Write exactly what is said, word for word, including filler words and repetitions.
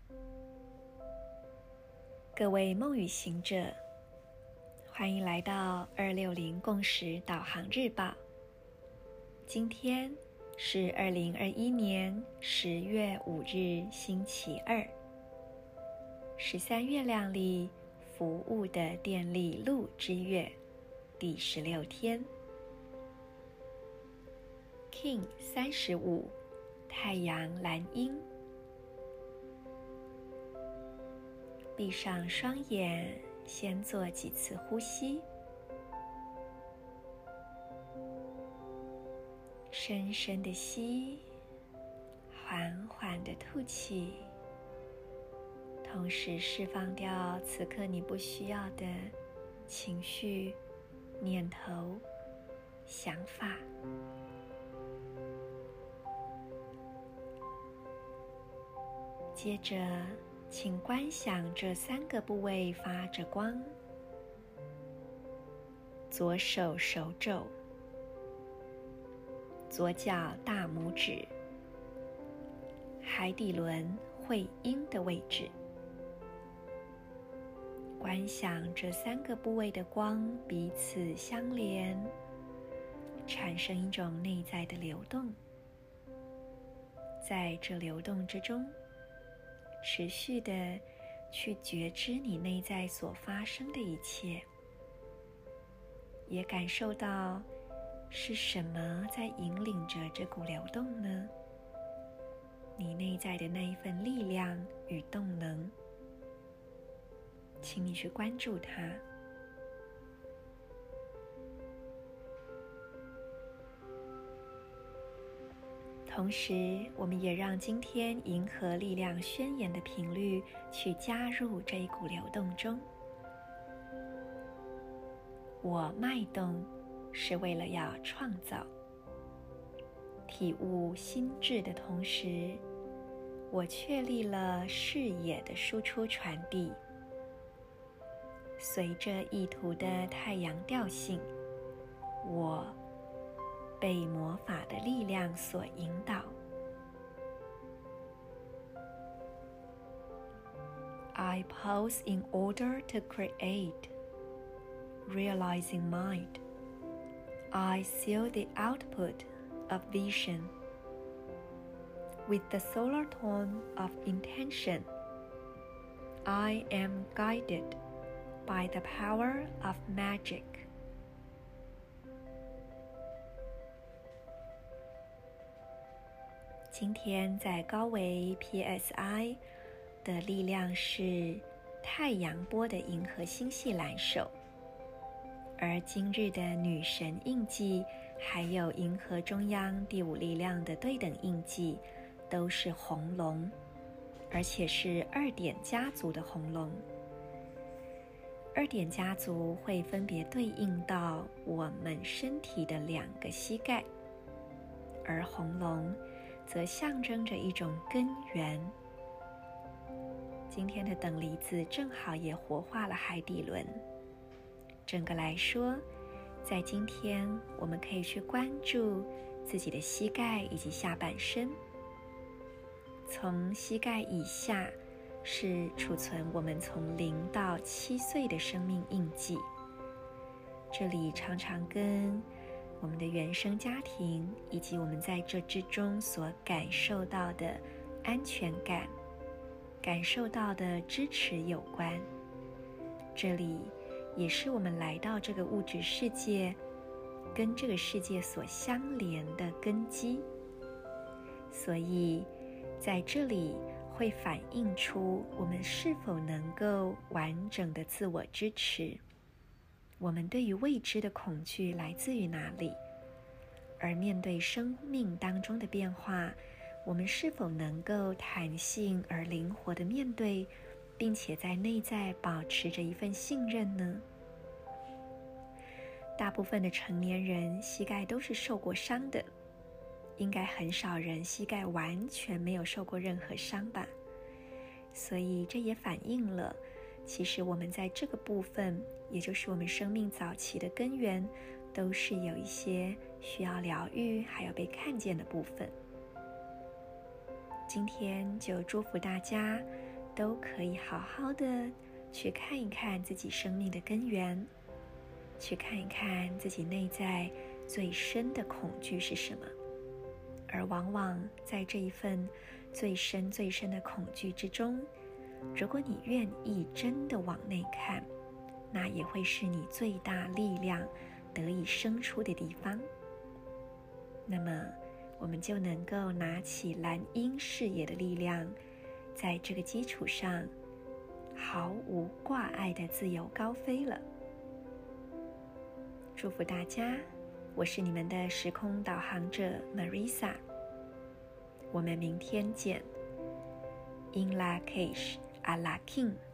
各位梦语行者，欢迎来到二六零共识导航日报。今天是二零二一年十月五日星期二，十三月亮历服务的电力路之月第十六天。King 三十五，太阳蓝鹰。闭上双眼，先做几次呼吸，深深的吸，缓缓的吐气，同时释放掉此刻你不需要的情绪、念头、想法。接着请观想这三个部位发着光：左手手肘、左脚大拇指、海底轮会阴的位置。观想这三个部位的光彼此相连，产生一种内在的流动。在这流动之中，持续的去觉知你内在所发生的一切，也感受到是什么在引领着这股流动呢？你内在的那一份力量与动能，请你去关注它。同时，我们也让今天银河力量宣言的频率去加入这一股流动中。我脉动是为了要创造，体悟心智的同时，我确立了视野的输出传递。随着意图的太阳调性，我被魔法的力量所引导。 I pause in order to create, realizing mind. I seal the output of vision with the solar tone of intention. I am guided by the power of magic. 今天在高维 P S I 的力量是太阳波的银河星系蓝手，而今日的女神印记还有银河中央第五力量的对等印记都是红龙，而且是二点家族的红龙。二点家族会分别对应到我们身体的两个膝盖，而红龙则象征着一种根源。今天的等离子正好也活化了海底轮。整个来说，在今天我们可以去关注自己的膝盖以及下半身。从膝盖以下是储存我们从零到七岁的生命印记，这里常常跟我们的原生家庭以及我们在这之中所感受到的安全感、感受到的支持有关。这里也是我们来到这个物质世界跟这个世界所相连的根基，所以在这里会反映出我们是否能够完整的自我支持，我们对于未知的恐惧来自于哪里，而面对生命当中的变化，我们是否能够弹性而灵活地面对，并且在内在保持着一份信任呢？大部分的成年人膝盖都是受过伤的，应该很少人膝盖完全没有受过任何伤吧。所以这也反映了，其实我们在这个部分，也就是我们生命早期的根源，都是有一些需要疗愈还有被看见的部分。今天就祝福大家都可以好好的去看一看自己生命的根源，去看一看自己内在最深的恐惧是什么。而往往在这一份最深最深的恐惧之中，如果你愿意真的往内看，那也会是你最大力量得以生出的地方。那么我们就能够拿起蓝鹰视野的力量，在这个基础上毫无挂碍的自由高飞了。祝福大家，我是你们的时空导航者 Marisa， 我们明天见。In Lak'ech Ala K'in。